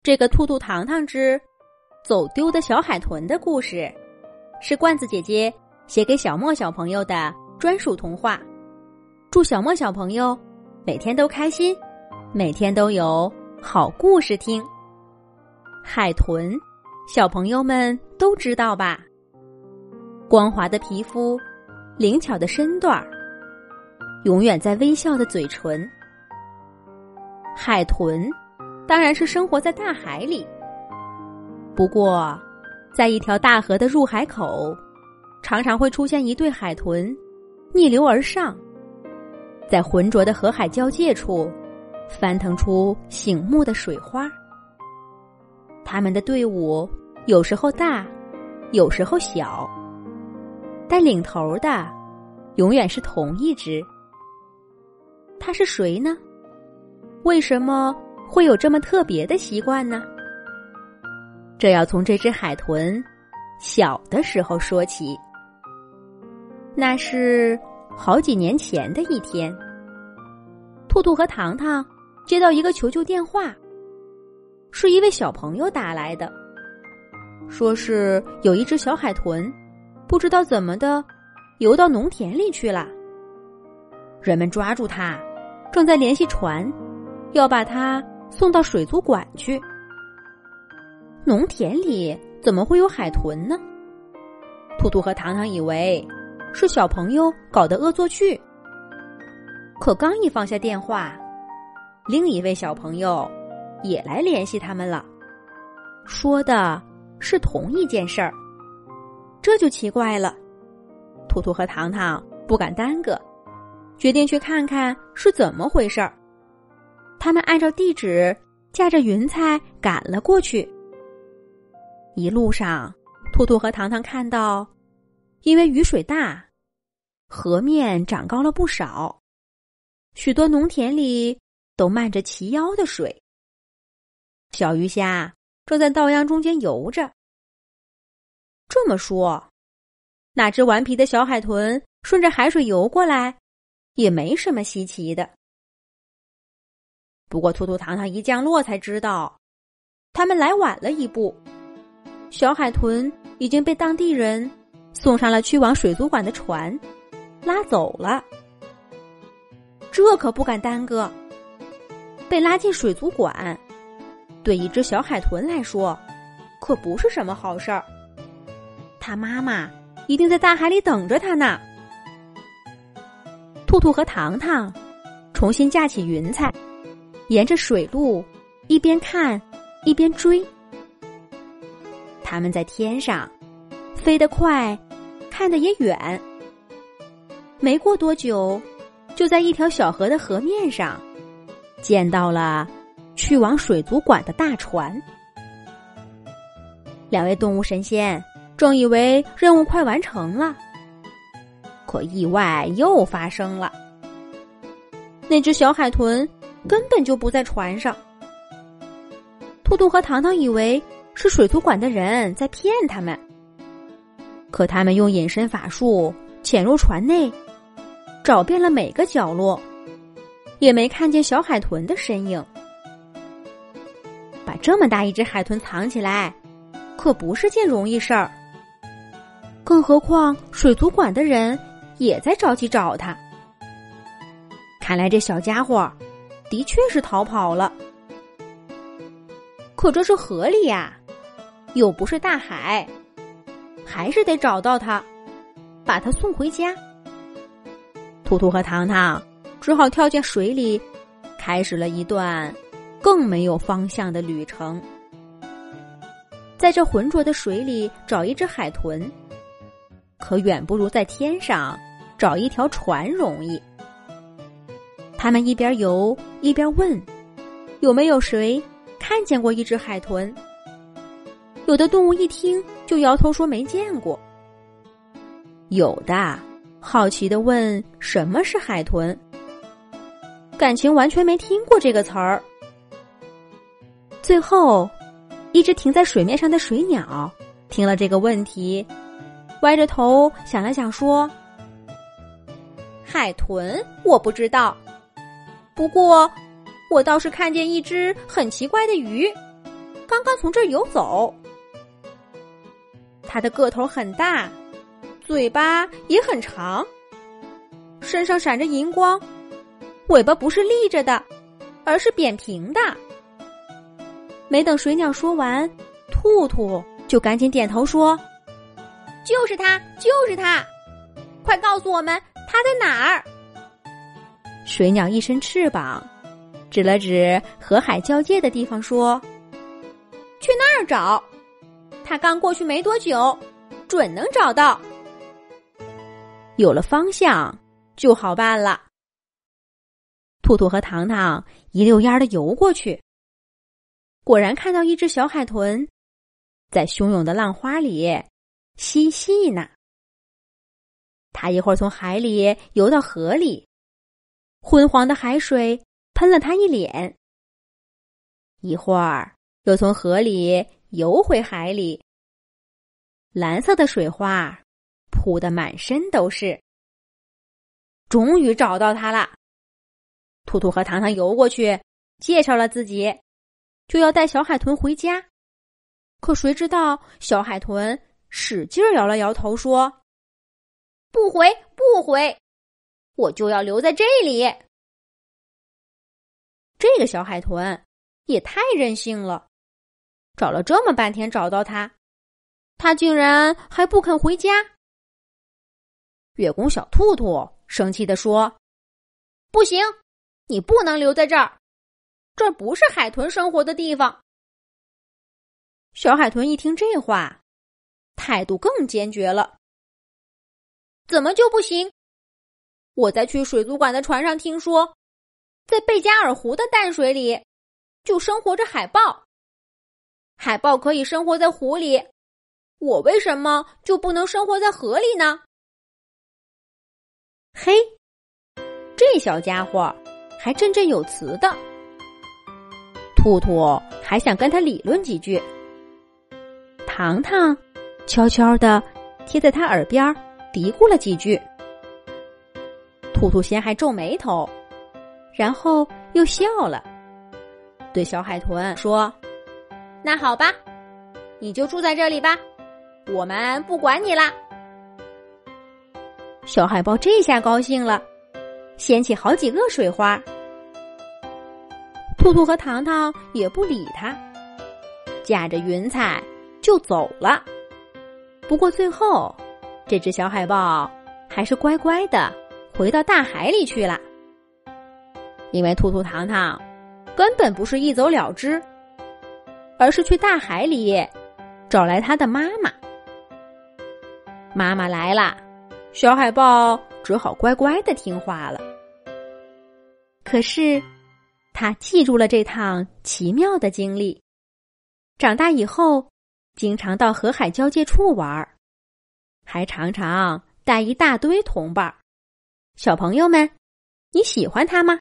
这个兔兔糖糖之走丢的小海豚的故事，是罐子姐姐写给小莫小朋友的专属童话。祝小莫小朋友每天都开心，每天都有好故事听。海豚，小朋友们都知道吧？光滑的皮肤，灵巧的身段，永远在微笑的嘴唇。海豚当然是生活在大海里，不过在一条大河的入海口，常常会出现一对海豚逆流而上，在浑浊的河海交界处翻腾出醒目的水花。他们的队伍有时候大，有时候小，但领头的永远是同一只。他是谁呢？为什么会有这么特别的习惯呢？这要从这只海豚小的时候说起。那是好几年前的一天，兔兔和糖糖接到一个求救电话，是一位小朋友打来的，说是有一只小海豚不知道怎么的游到农田里去了，人们抓住它，正在联系船，要把它送到水族馆去。农田里怎么会有海豚呢？兔兔和糖糖以为是小朋友搞的恶作剧，可刚一放下电话，另一位小朋友也来联系他们了，说的是同一件事儿。这就奇怪了，兔兔和糖糖不敢耽搁，决定去看看是怎么回事儿。他们按照地址驾着云彩赶了过去。一路上，兔兔和糖糖看到，因为雨水大，河面长高了不少，许多农田里都漫着齐腰的水。小鱼虾正在稻秧中间游着。这么说，那只顽皮的小海豚顺着海水游过来，也没什么稀奇的。不过兔兔糖糖一降落才知道，他们来晚了一步，小海豚已经被当地人送上了去往水族馆的船，拉走了。这可不敢耽搁，被拉进水族馆，对一只小海豚来说，可不是什么好事儿。它妈妈一定在大海里等着它呢。兔兔和糖糖重新架起云彩，沿着水路一边看一边追。他们在天上飞得快，看得也远。没过多久，就在一条小河的河面上见到了去往水族馆的大船。两位动物神仙正以为任务快完成了，可意外又发生了。那只小海豚根本就不在船上。兔兔和糖糖以为是水族馆的人在骗他们，可他们用隐身法术潜入船内，找遍了每个角落，也没看见小海豚的身影。把这么大一只海豚藏起来，可不是件容易事儿。更何况水族馆的人也在着急找它。看来这小家伙的确是逃跑了。可这是河里呀，又不是大海，还是得找到它，把它送回家。兔兔和糖糖只好跳进水里，开始了一段更没有方向的旅程。在这浑浊的水里找一只海豚，可远不如在天上找一条船容易。他们一边游一边问，有没有谁看见过一只海豚？有的动物一听就摇头说没见过，有的好奇地问什么是海豚，感情完全没听过这个词儿。最后，一只停在水面上的水鸟听了这个问题，歪着头想了想说，海豚我不知道，不过我倒是看见一只很奇怪的鱼， 刚刚从这儿游走。它的个头很大，嘴巴也很长，身上闪着银光，尾巴不是立着的，而是扁平的。没等水鸟说完，兔兔就赶紧点头说：“就是它，就是它！快告诉我们它在哪儿！”水鸟一伸翅膀，指了指河海交界的地方说：“去那儿找，它刚过去没多久，准能找到。”有了方向就好办了。兔兔和糖糖一溜烟地游过去，果然看到一只小海豚在汹涌的浪花里嬉戏呢。它一会儿从海里游到河里，昏黄的海水喷了它一脸，一会儿又从河里游回海里，蓝色的水花扑得满身都是。终于找到它了。兔兔和糖糖游过去，介绍了自己，就要带小海豚回家。可谁知道小海豚使劲摇了摇头说：“不回，不回，我就要留在这里。”这个小海豚也太任性了，找了这么半天找到它，它竟然还不肯回家。月宫小兔兔生气地说：“不行，你不能留在这儿，这儿不是海豚生活的地方。”小海豚一听这话，态度更坚决了。怎么就不行？我在去水族馆的船上听说，在贝加尔湖的淡水里就生活着海豹，海豹可以生活在湖里，我为什么就不能生活在河里呢？嘿，这小家伙还振振有词的。兔兔还想跟他理论几句，糖糖悄悄地贴在他耳边嘀咕了几句。兔兔先还皱眉头，然后又笑了，对小海豚说：“那好吧，你就住在这里吧，我们不管你啦。”小海豹这下高兴了，掀起好几个水花。兔兔和糖糖也不理他，驾着云彩就走了。不过最后，这只小海豹还是乖乖的回到大海里去了。因为兔兔糖糖根本不是一走了之，而是去大海里找来他的妈妈。妈妈来了，小海豹只好乖乖的听话了。可是他记住了这趟奇妙的经历，长大以后经常到河海交界处玩，还常常带一大堆同伴。小朋友们，你喜欢他吗？